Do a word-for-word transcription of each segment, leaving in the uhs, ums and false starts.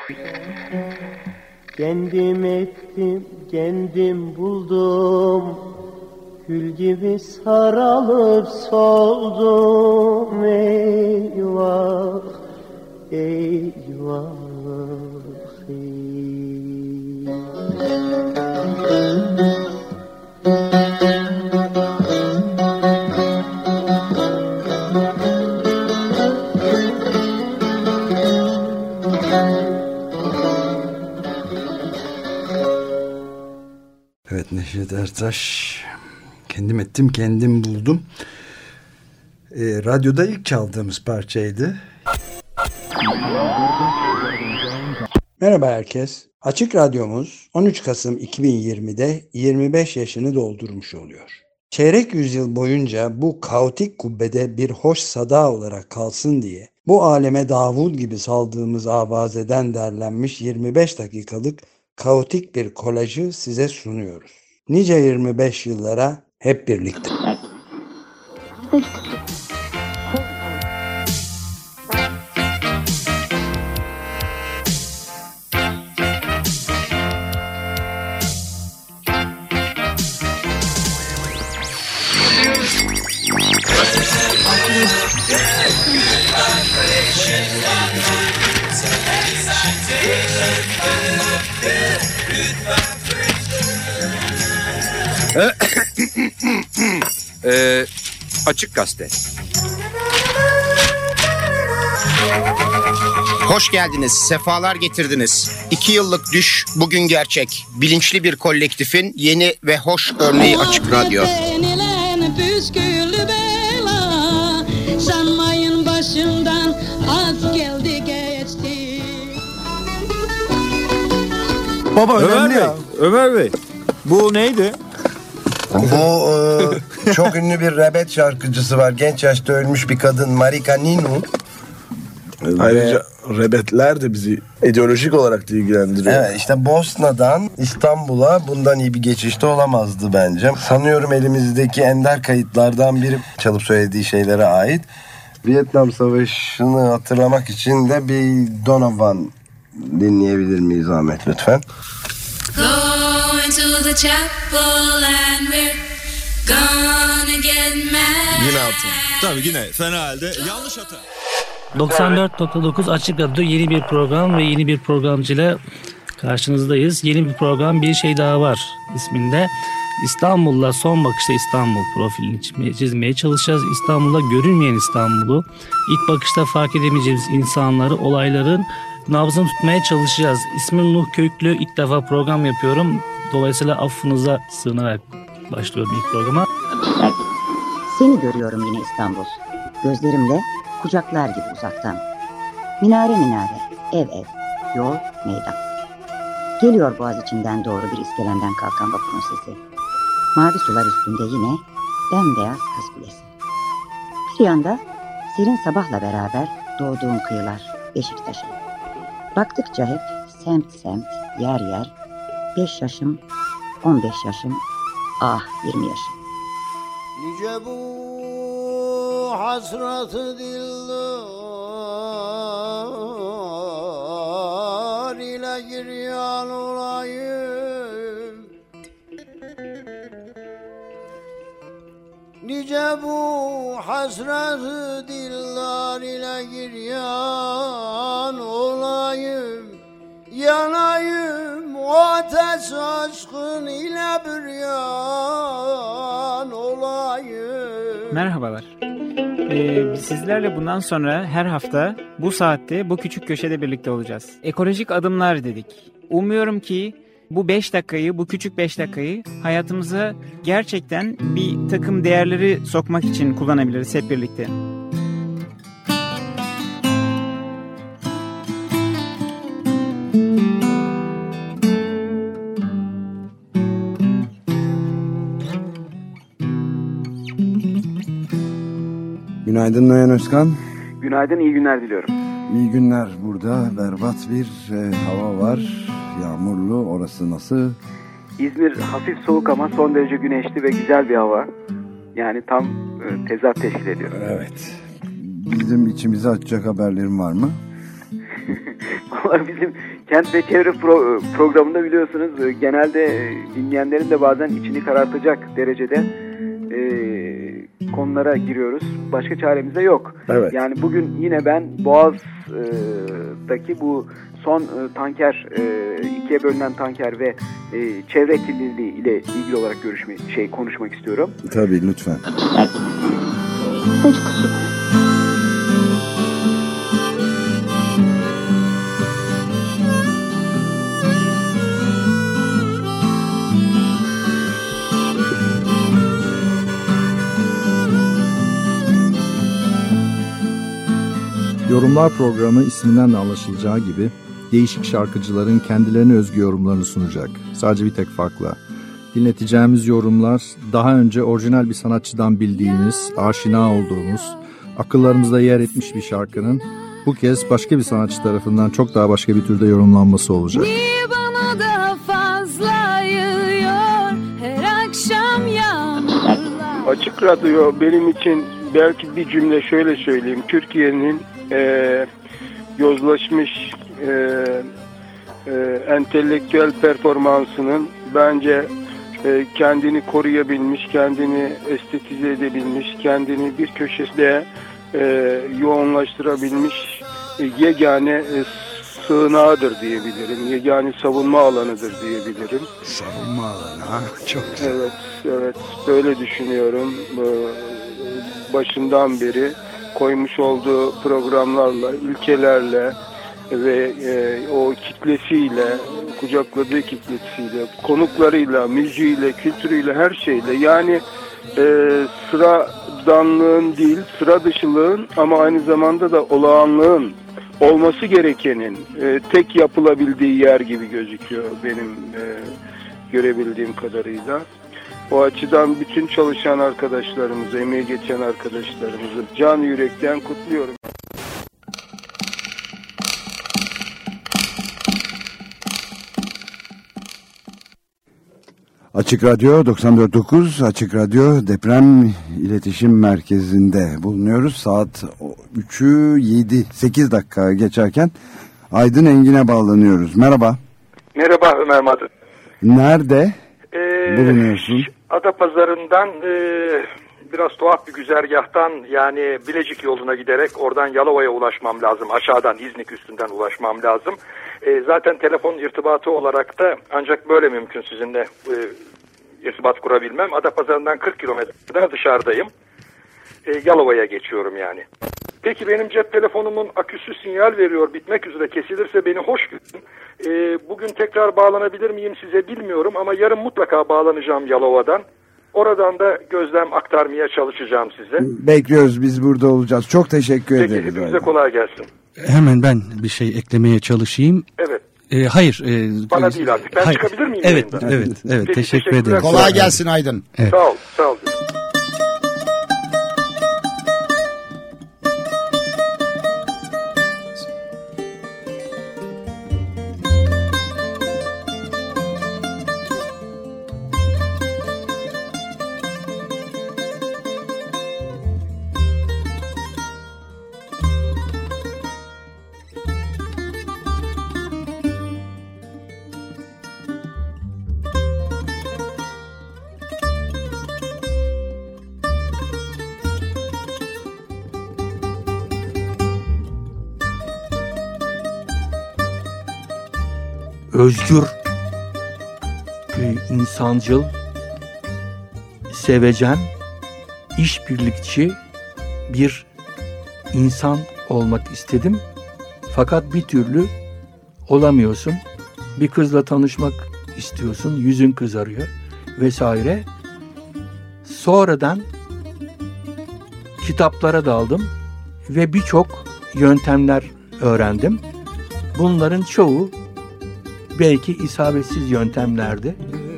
Kendim ettim, kendim buldum, gül gibi saralıp soldum. Eyvah, eyvah, Evet, Neşet Ertaş, kendim ettim, kendim buldum. E, radyoda ilk çaldığımız parçaydı. Merhaba herkes. Açık Radyomuz on üç Kasım iki bin yirmide yirmi beş yaşını doldurmuş oluyor. Çeyrek yüzyıl boyunca bu kaotik kubbede bir hoş sada olarak kalsın diye bu aleme davul gibi saldığımız avazeden derlenmiş yirmi beş dakikalık kaotik bir kolajı size sunuyoruz. Nice yirmi beş yıllara hep birlikte. ee, Açık Gazete. Hoş geldiniz, sefalar getirdiniz. İki yıllık düş, bugün gerçek. Bilinçli bir kolektifin yeni ve hoş örneği Açık Radyo. Sanmayın başımdan az geldi geçti. Baba önemli ya. Ömer Bey, bu neydi? Bu e, çok ünlü bir rebet şarkıcısı var. Genç yaşta ölmüş bir kadın, Marika Ninu. Ayrıca rebetler de bizi ideolojik olarak da ilgilendiriyor. Evet, işte Bosna'dan İstanbul'a bundan iyi bir geçişte olamazdı bence. Sanıyorum elimizdeki ender kayıtlardan biri çalıp söylediği şeylere ait. Vietnam Savaşı'nı hatırlamak için de bir Donovan dinleyebilir miyiz Ahmet lütfen? Going to the chapel and we're gonna get mad. Yine altın. Tabii yine fena halde yanlış hata. doksan dört nokta dokuz Açık Radyo yeni bir program ve yeni bir programcıyla karşınızdayız. Yeni bir program Bir Şey Daha Var isminde. İstanbul'la son bakışta İstanbul profilini çizmeye çalışacağız. İstanbul'da görünmeyen İstanbul'u, ilk bakışta fark edemeyeceğimiz insanları, olayların nabzını tutmaya çalışacağız. İsmim Nuh Köklü, ilk defa program yapıyorum. Dolayısıyla affınıza sığınarak başlıyorum ilk programa. Seni görüyorum yine İstanbul. Gözlerimle kucaklar gibi uzaktan. Minare minare, ev ev, yol, meydan. Geliyor boğaz içinden doğru bir iskelenden kalkan vapurun sesi. Mavi sular üstünde yine bembeyaz kız kulesi. Bir yanda serin sabahla beraber doğduğum kıyılar, Beşiktaş'ım. Baktıkça hep semt semt, yer yer, beş yaşım, on beş yaşım, ah yirmi yaşım. Nice bu hasratı dillar ile giryan olayım. Nice bu hasratı dillar ile giryan olayım. Yanayım o ateş aşkın ile büryan olayım. Merhabalar. Ee, sizlerle bundan sonra her hafta bu saatte bu küçük köşede birlikte olacağız. Ekolojik adımlar dedik. Umuyorum ki bu beş dakikayı, bu küçük beş dakikayı hayatımıza gerçekten bir takım değerleri sokmak için kullanabiliriz hep birlikte. Günaydın Noyan Özkan. Günaydın, iyi günler diliyorum. İyi günler burada. Berbat bir e, hava var. Yağmurlu. Orası nasıl? İzmir hafif soğuk ama son derece güneşli ve güzel bir hava. Yani tam e, tezat teşkil ediyor. Evet. Bizim içimizi açacak haberlerin var mı? Vallahi bizim Kent ve Çevre pro- programında biliyorsunuz e, genelde e, dinleyenlerin de bazen içini karartacak derecede e, konulara giriyoruz. Başka çaremiz de yok. Evet. Yani bugün yine ben Boğaz'daki bu son e, tanker, e, ikiye bölünen tanker ve e, çevre kirliliği ile ilgili olarak görüşme, şey konuşmak istiyorum. Tabii, lütfen. Yorumlar programı isminden de anlaşılacağı gibi değişik şarkıcıların kendilerine özgü yorumlarını sunacak. Sadece bir tek farkla. Dinleteceğimiz yorumlar daha önce orijinal bir sanatçıdan bildiğimiz, aşina olduğumuz, akıllarımızda yer etmiş bir şarkının bu kez başka bir sanatçı tarafından çok daha başka bir türde yorumlanması olacak. Niye bana da fazla yağıyor her akşam yağmurlar? Açık Radyo benim için belki bir cümle şöyle söyleyeyim. Türkiye'nin e, yozlaşmış e, e, entelektüel performansının bence e, kendini koruyabilmiş, kendini estetize edebilmiş, kendini bir köşede e, yoğunlaştırabilmiş e, yegane e, sığınağıdır diyebilirim. Yegane savunma alanıdır diyebilirim. Savunma alanı ha, çok güzel. Evet, evet, böyle düşünüyorum. Başından beri koymuş olduğu programlarla, ilkelerle ve e, o kitlesiyle, kucakladığı kitlesiyle, konuklarıyla, müziğiyle, kültürüyle, her şeyle, yani e, sıradanlığın değil, sıra dışılığın ama aynı zamanda da olağanlığın, olması gerekenin e, tek yapılabildiği yer gibi gözüküyor benim e, görebildiğim kadarıyla. O açıdan bütün çalışan arkadaşlarımızı, emeği geçen arkadaşlarımızı can yürekten kutluyorum. Açık Radyo doksan dört nokta dokuz, Açık Radyo Deprem İletişim Merkezi'nde bulunuyoruz. Saat üçü yedi, sekiz dakika geçerken Aydın Engin'e bağlanıyoruz. Merhaba. Merhaba Ömer Madın. Nerede ee, bulunuyorsun? Adapazarı'ndan e, biraz tuhaf bir güzergahtan, yani Bilecik yoluna giderek oradan Yalova'ya ulaşmam lazım. Aşağıdan İznik üstünden ulaşmam lazım. E, zaten telefon irtibatı olarak da ancak böyle mümkün sizinle e, irtibat kurabilmem. Adapazarı'ndan kırk kilometre dışarıdayım. E, Yalova'ya geçiyorum yani. Peki benim cep telefonumun aküsü sinyal veriyor, bitmek üzere, kesilirse beni hoş görün. E, bugün tekrar bağlanabilir miyim size bilmiyorum ama yarın mutlaka bağlanacağım Yalova'dan. Oradan da gözlem aktarmaya çalışacağım size. Bekliyoruz, biz burada olacağız. Çok teşekkür Peki, ederiz. Peki hepimize kolay gelsin. Hemen ben bir şey eklemeye çalışayım. Evet. Ee, hayır. E, Bana e, değil artık. Ben hayır. çıkabilir miyim? Evet, yayından? evet, evet. Peki, teşekkür ederim. Kolay gelsin Aydın. Evet. Sağ ol, sağ ol. Özgür, insancıl, sevecen, işbirlikçi bir insan olmak istedim. Fakat bir türlü olamıyorsun. Bir kızla tanışmak istiyorsun, yüzün kızarıyor vesaire. Sonradan kitaplara daldım ve birçok yöntemler öğrendim. Bunların çoğu belki isabetsiz yöntemlerdi.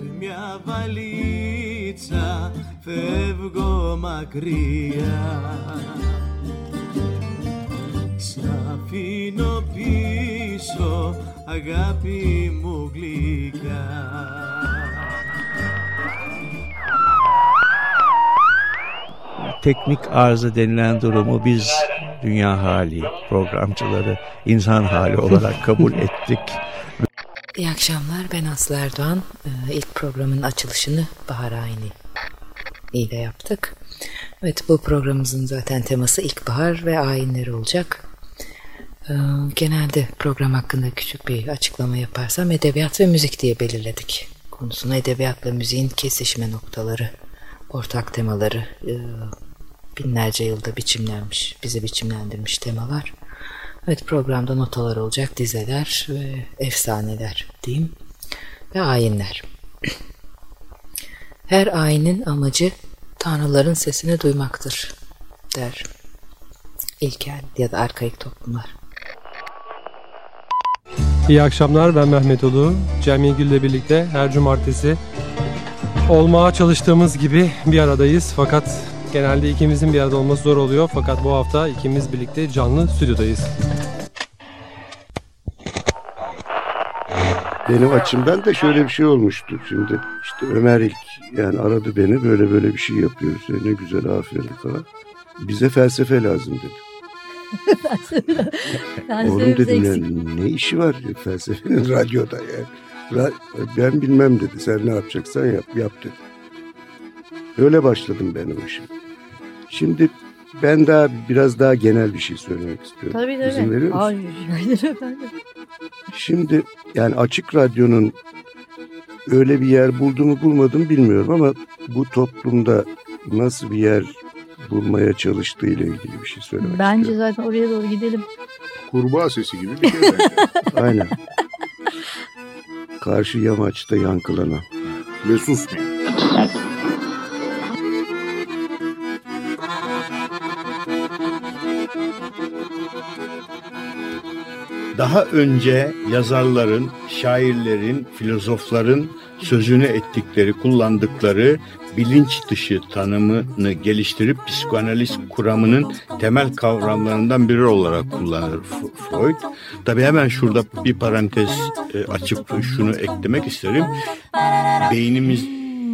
Teknik arıza denilen durumu biz dünya hali programcıları insan hali olarak kabul ettik. İyi akşamlar, ben Aslı Erdoğan. Ee, ilk programın açılışını Bahar Ayni ile yaptık. Evet, bu programımızın zaten teması ilkbahar ve ayinleri olacak. Ee, genelde program hakkında küçük bir açıklama yaparsam edebiyat ve müzik diye belirledik. Konusuna edebiyatla müziğin kesişme noktaları, ortak temaları, e, binlerce yılda biçimlenmiş, bizi biçimlendirmiş temalar. Evet, programda notalar olacak, dizeler ve efsaneler diyeyim ve ayinler. Her ayinin amacı tanrıların sesini duymaktır der ilkel ya da arkaik toplumlar. İyi akşamlar, ben Mehmet Ulu. Cem Yegül'le birlikte her cumartesi olmaya çalıştığımız gibi bir aradayız. Fakat genelde ikimizin bir arada olması zor oluyor. Fakat bu hafta ikimiz birlikte canlı stüdyodayız. Benim açımdan da şöyle bir şey olmuştu. Şimdi işte Ömer ilk yani aradı beni, böyle böyle bir şey yapıyoruz. Ne güzel, aferin falan. Bize felsefe lazım dedi. Oğlum dedim yani, ne işi var felsefenin radyoda yani. Ben bilmem dedi. Sen ne yapacaksan yap, yap dedi. Öyle başladım benim işim. Şimdi ben daha biraz daha genel bir şey söylemek istiyorum. Tabii tabii. İzin veriyor musun? Hayır, efendim. Şimdi yani Açık Radyo'nun öyle bir yer buldu mu bulmadım bilmiyorum ama bu toplumda nasıl bir yer bulmaya çalıştığı ile ilgili bir şey söylemek Bence istiyorum. zaten oraya doğru gidelim. Kurbağa sesi gibi bir şey bence. Aynen. Karşı yamaçta yankılanan. Ve susmuyor. Daha önce yazarların, şairlerin, filozofların sözünü ettikleri, kullandıkları bilinç dışı tanımını geliştirip psikoanaliz kuramının temel kavramlarından biri olarak kullanır Freud. Tabii hemen şurada bir parantez açıp şunu eklemek isterim. Beynimiz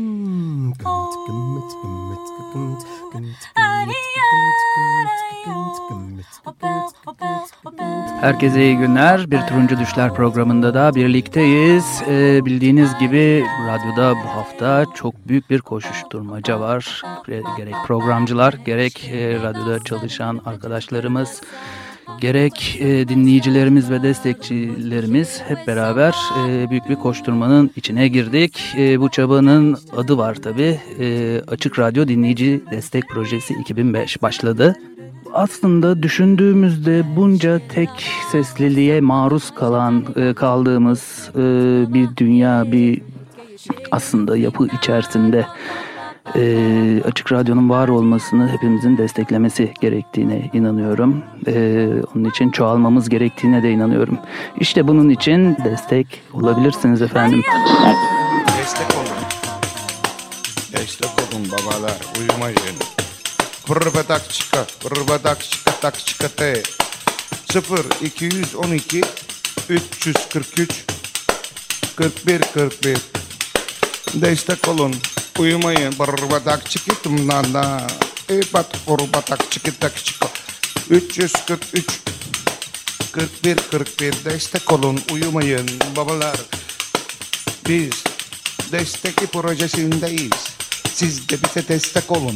Herkese iyi günler. Bir Turuncu Düşler programında da birlikteyiz. Ee, bildiğiniz gibi radyoda bu hafta çok büyük bir koşuşturmaca var. Gerek programcılar, gerek e, radyoda çalışan arkadaşlarımız, gerek e, dinleyicilerimiz ve destekçilerimiz hep beraber e, büyük bir koşturmanın içine girdik. E, bu çabanın adı var tabii. E, Açık Radyo Dinleyici Destek Projesi iki bin beş başladı. Aslında düşündüğümüzde bunca tek sesliliğe maruz kalan e, kaldığımız e, bir dünya, bir aslında yapı içerisinde e, Açık Radyo'nun var olmasını hepimizin desteklemesi gerektiğine inanıyorum. E, onun için çoğalmamız gerektiğine de inanıyorum. İşte bunun için destek olabilirsiniz efendim. Destek olun. Destek olun babalar, uyumayın. Pırbadak çıka, pırbadak çıka tak çıka te. sıfır iki yüz on iki üç yüz kırk üç kırk bir kırk bir. Destek olun, uyumayın. Pırbadak çıkıtımdan da. Ebat pırbadak çıkıtak çıka. üç yüz kırk üç kırk bir kırk bir. Destek olun, uyumayın babalar. Biz destekli projesindeyiz. Siz de bize destek olun.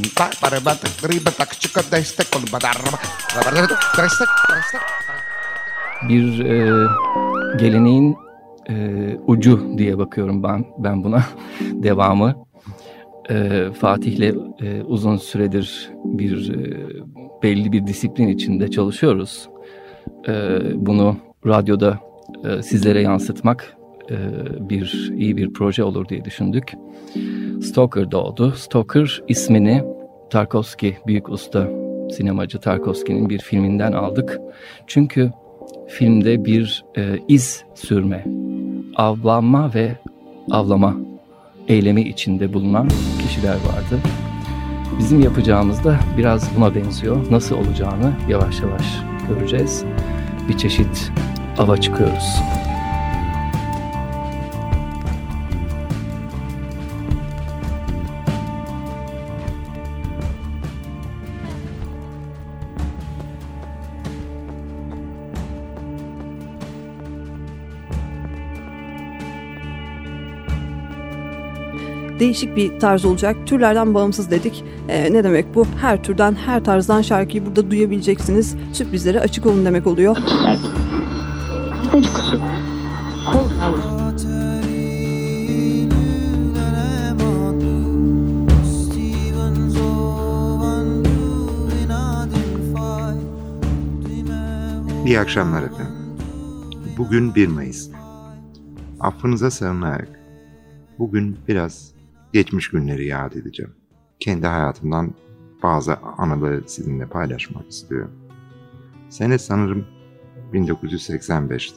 Destek olun. Destek, destek. Bir e, geleneğin e, ucu diye bakıyorum ben ben buna. Devamı. E, Fatih'le e, uzun süredir bir e, belli bir disiplin içinde çalışıyoruz. E, bunu radyoda e, sizlere yansıtmak e, bir iyi bir proje olur diye düşündük. Stoker doğdu. Stoker ismini Tarkovski, büyük usta sinemacı Tarkovski'nin bir filminden aldık. Çünkü filmde bir e, iz sürme, avlanma ve avlama eylemi içinde bulunan kişiler vardı. Bizim yapacağımız da biraz buna benziyor. Nasıl olacağını yavaş yavaş göreceğiz. Bir çeşit ava çıkıyoruz. değişik bir tarz olacak. Türlerden bağımsız dedik. E, ne demek bu? Her türden, her tarzdan şarkıyı burada duyabileceksiniz. Sürprizlere açık olun demek oluyor. İyi akşamlar efendim. Bugün bir Mayıs. Affınıza sığınarak bugün biraz geçmiş günleri yad edeceğim. Kendi hayatımdan bazı anıları sizinle paylaşmak istiyorum. Sene sanırım bin dokuz yüz seksen beşti.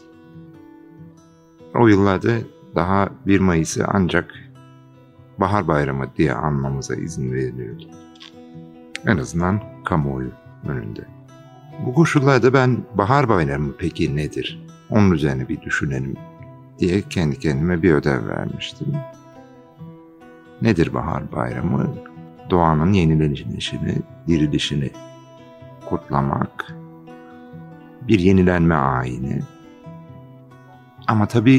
O yıllarda daha bir Mayıs'ı ancak Bahar Bayramı diye anmamıza izin veriliyordu. En azından kamuoyu önünde. Bu koşullarda ben Bahar Bayramı peki nedir? Onun üzerine bir düşünelim diye kendi kendime bir ödev vermiştim. Nedir Bahar Bayramı? Doğanın yenilenişini, dirilişini kutlamak, bir yenilenme ayini. Ama tabii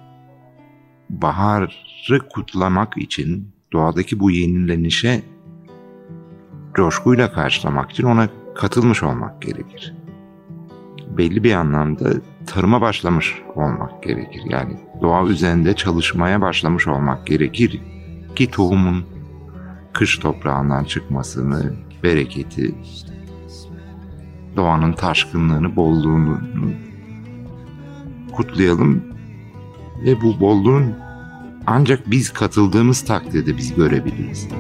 baharı kutlamak için doğadaki bu yenilenişe coşkuyla karşılamak için ona katılmış olmak gerekir. Belli bir anlamda tarıma başlamış olmak gerekir. Yani doğa üzerinde çalışmaya başlamış olmak gerekir ki tohumun kış toprağından çıkmasını, bereketi, doğanın taşkınlığını, bolluğunu kutlayalım ve bu bolluğun ancak biz katıldığımız takdirde biz görebiliriz.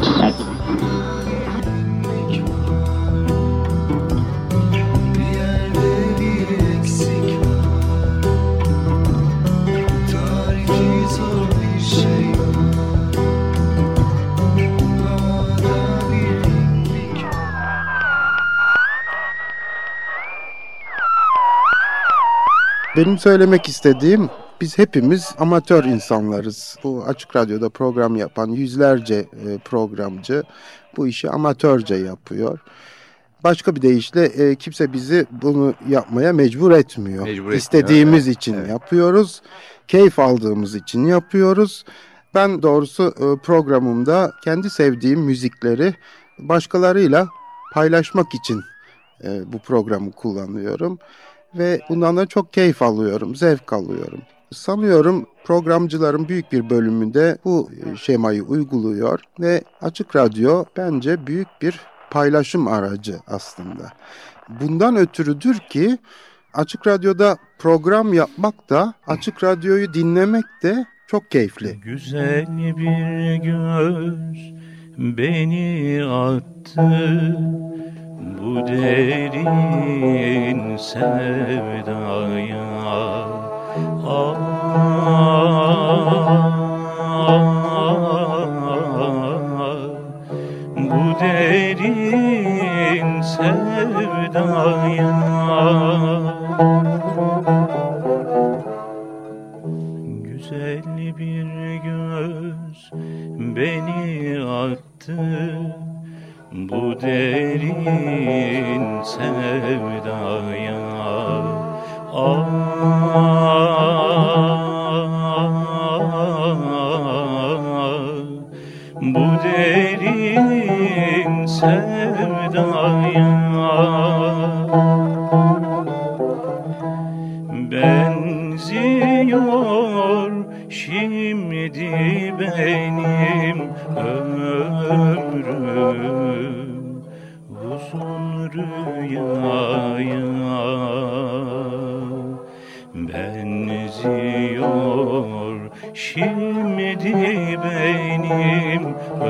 Benim söylemek istediğim, biz hepimiz amatör insanlarız. Bu Açık Radyo'da program yapan yüzlerce programcı bu işi amatörce yapıyor. Başka bir deyişle e, kimse bizi bunu yapmaya mecbur etmiyor. Mecbur İstediğimiz etmiyor, evet. için evet. yapıyoruz. Keyif aldığımız için yapıyoruz. Ben doğrusu e, programımda kendi sevdiğim müzikleri başkalarıyla paylaşmak için e, bu programı kullanıyorum. Ve bundan da çok keyif alıyorum, zevk alıyorum. Sanıyorum programcıların büyük bir bölümünde bu şemayı uyguluyor ve Açık Radyo bence büyük bir paylaşım aracı aslında. Bundan ötürüdür ki Açık Radyo'da program yapmak da Açık Radyo'yu dinlemek de çok keyifli. Güzel bir göz beni attı bu derin sevdaya. Ah, bu derin sevdaya. Güzel bir göz beni attı bu derin sevdaya. Ah, bu derin sevdaya. Benziyor şimdi benim ömrüm uzun rüyaya. Benziyor şimdi benim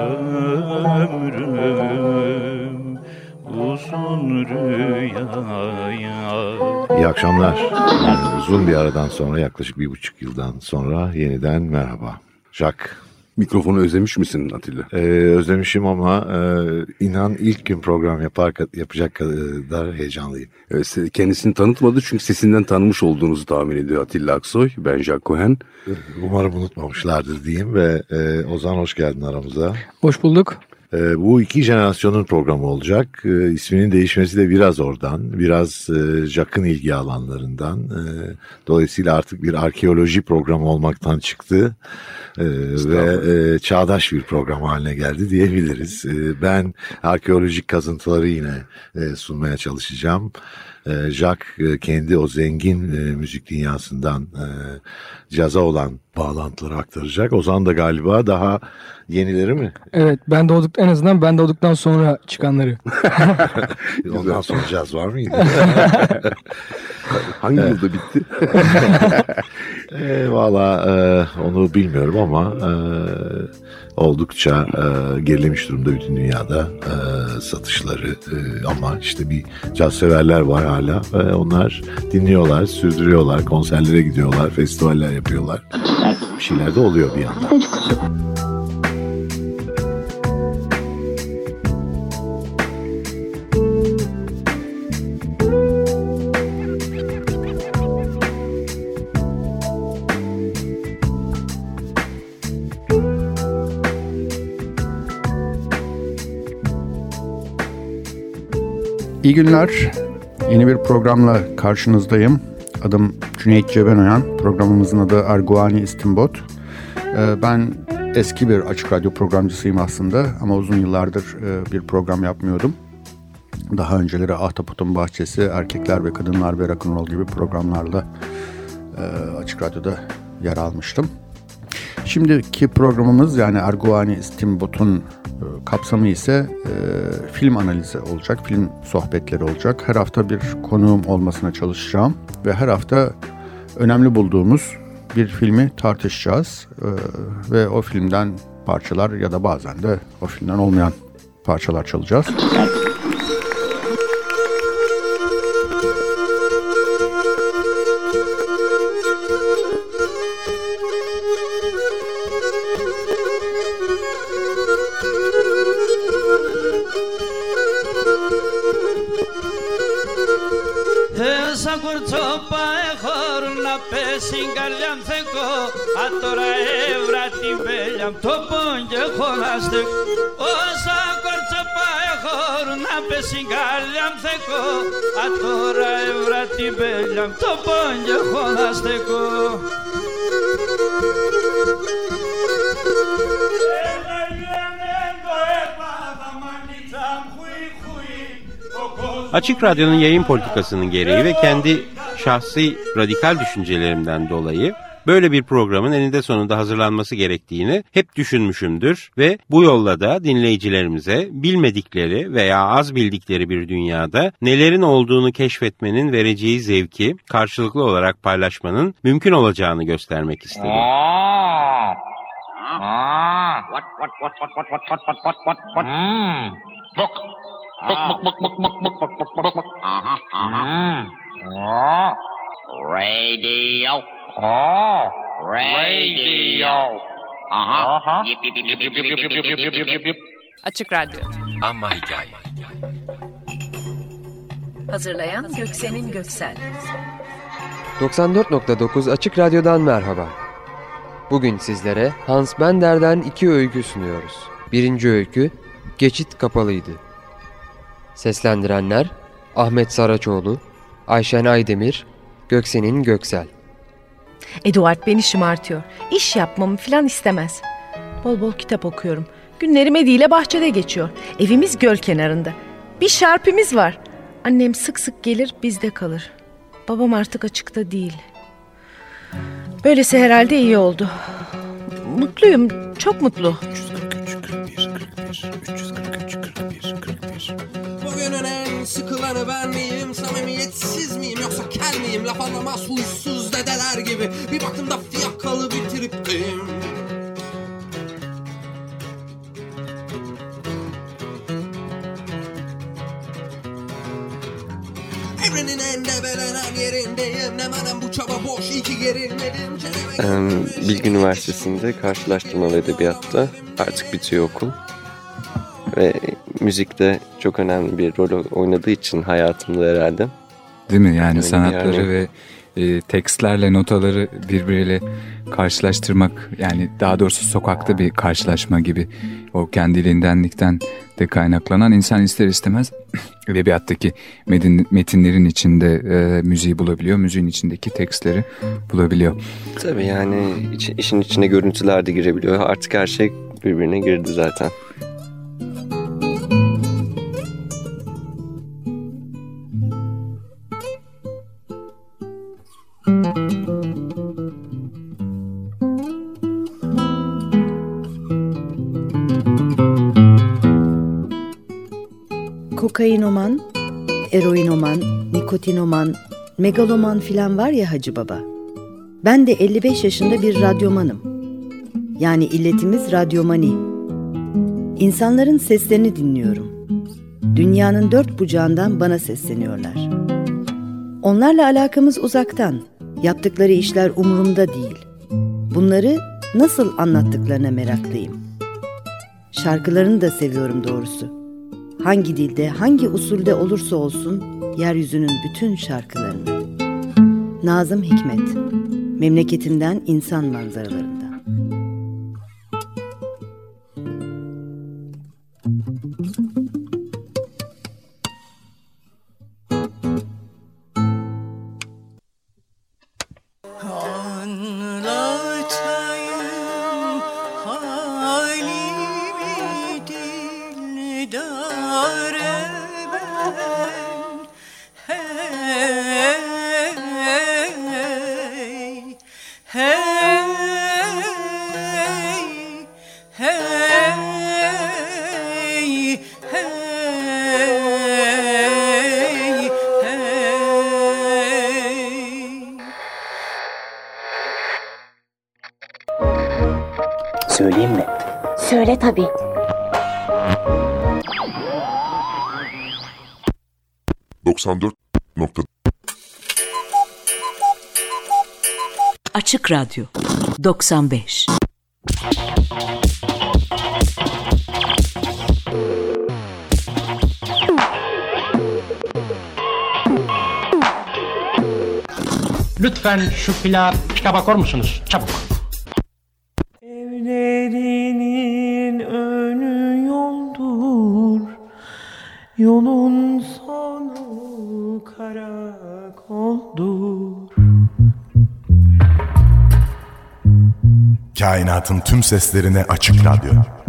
ömrüm uzun rüyaya. İyi akşamlar. Yani uzun bir aradan sonra, yaklaşık bir buçuk yıldan sonra yeniden merhaba. Jack. Mikrofonu özlemiş misin Atilla? Ee, özlemişim ama e, inan ilk gün program yapar, yapacak kadar heyecanlıyım. Evet, kendisini tanıtmadı çünkü sesinden tanımış olduğunuzu tahmin ediyor Atilla Aksoy. Ben Jack Cohen. Umarım unutmamışlardır diyeyim ve e, Ozan hoş geldin aramıza. Hoş bulduk. E, bu iki jenerasyonun programı olacak. E, isminin değişmesi de biraz oradan, biraz e, Jacques'ın ilgi alanlarından. E, dolayısıyla artık bir arkeoloji programı olmaktan çıktı e, ve e, çağdaş bir program haline geldi diyebiliriz. E, ben arkeolojik kazıntıları yine e, sunmaya çalışacağım. E, Jacques e, kendi o zengin e, müzik dünyasından e, caza olan bağlantıları aktaracak. Ozan da galiba daha yenileri mi? Evet, ben doğduk en azından ben doğduktan sonra çıkanları. Ondan sonra caz var mıydı? Hangi yılda bitti? e, Valla e, onu bilmiyorum ama e, oldukça e, gerilemiş durumda bütün dünyada e, satışları. E, ama işte bir caz severler var hala. E, onlar dinliyorlar, sürdürüyorlar, konserlere gidiyorlar, festivaller yapıyorlar. Bir şeyler de oluyor bir yandan. İyi günler. Yeni bir programla karşınızdayım. Adım Cüneyt Cebenoyan. Programımızın adı Arguani İstimbot. Ben eski bir açık radyo programcısıyım aslında ama uzun yıllardır bir program yapmıyordum. Daha önceleri Ahtapot'un Bahçesi, Erkekler ve Kadınlar ve Rock'n'Roll gibi programlarla açık radyoda yer almıştım. Şimdiki programımız yani Arguani İstimbot'un kapsamı ise e, film analizi olacak, film sohbetleri olacak. Her hafta bir konuğum olmasına çalışacağım ve her hafta önemli bulduğumuz bir filmi tartışacağız. E, ve o filmden parçalar ya da bazen de o filmden olmayan parçalar çalacağız. Το πόνγε χωναστικ όσα κορτσοπά χωρούν να πέσει γκάλιαμ θεκό α τώρα εύρα την πέλιαμ το πόνγε χωναστικό Açık Radyo'nun yayın politikasının gereği ve kendi şahsi radikal düşüncelerimden dolayı böyle bir programın eninde sonunda hazırlanması gerektiğini hep düşünmüşümdür ve bu yolla da dinleyicilerimize bilmedikleri veya az bildikleri bir dünyada nelerin olduğunu keşfetmenin vereceği zevki karşılıklı olarak paylaşmanın mümkün olacağını göstermek istedim. Radio. Oh, radio. Aha. Aha. Yip yip yip yip yip yip yip yip yip yip yip. Açık Radyo. Ama hikaye. Hazırlayan Göksen'in Göksel. doksan dört nokta dokuz Açık Radyo'dan merhaba. Bugün sizlere Hans Bender'den iki öykü sunuyoruz. Birinci öykü, Geçit Kapalıydı. Seslendirenler Ahmet Saraçoğlu, Ayşen Aydemir, Göksen'in Göksel. Eduard beni şımartıyor. İş yapmamı falan istemez. Bol bol kitap okuyorum. Günlerim Edi ile bahçede geçiyor. Evimiz göl kenarında. Bir şarpimiz var. Annem sık sık gelir, bizde kalır. Babam artık açıkta değil. Böylesi herhalde iyi oldu. Mutluyum, çok mutlu. Bugünün en sıkılanı ben miyim? Samimiyetsiz miyim yoksa kel miyim? Laf anlamaz huysuz dedeler gibi. Bir bakımda fiyakalı bir triptim. Evrenin en debelenen yerindeyim. Ne madem bu çaba boş, iyi ki gerilmedim. Ee, Bilgi Üniversitesi'nde karşılaştırmalı edebiyatta artık bitiyor okul. Ve müzikte çok önemli bir rol oynadığı için hayatımda herhalde. Değil mi? Yani Öyle sanatları yani. ve e, tekstlerle notaları birbiriyle karşılaştırmak, yani daha doğrusu sokakta bir karşılaşma gibi, o kendiliğindenlikten de kaynaklanan, insan ister istemez edebiyattaki metin, metinlerin içinde e, müziği bulabiliyor, müziğin içindeki tekstleri bulabiliyor. Tabii yani iç, işin içine görüntüler de girebiliyor. Artık her şey birbirine girdi zaten. Kokainoman, eroinoman, nikotinoman, megaloman filan var ya Hacı Baba. Ben de elli beş yaşında bir radyomanım. Yani illetimiz radyomani. İnsanların seslerini dinliyorum. Dünyanın dört bucağından bana sesleniyorlar. Onlarla alakamız uzaktan. Yaptıkları işler umurumda değil. Bunları nasıl anlattıklarına meraklıyım. Şarkılarını da seviyorum doğrusu. Hangi dilde, hangi usulde olursa olsun yeryüzünün bütün şarkılarını. Nazım Hikmet, memleketinden insan manzaralarında. Söyleyeyim mi? Söyle tabii. doksan dört nokta Açık Radyo doksan beş. Lütfen şu pilav çıka bakar mısınız? Çabuk. Evlerinin önü yoldur, yolun sonu karakoldur. Kainatın tüm seslerine Açık Radyo.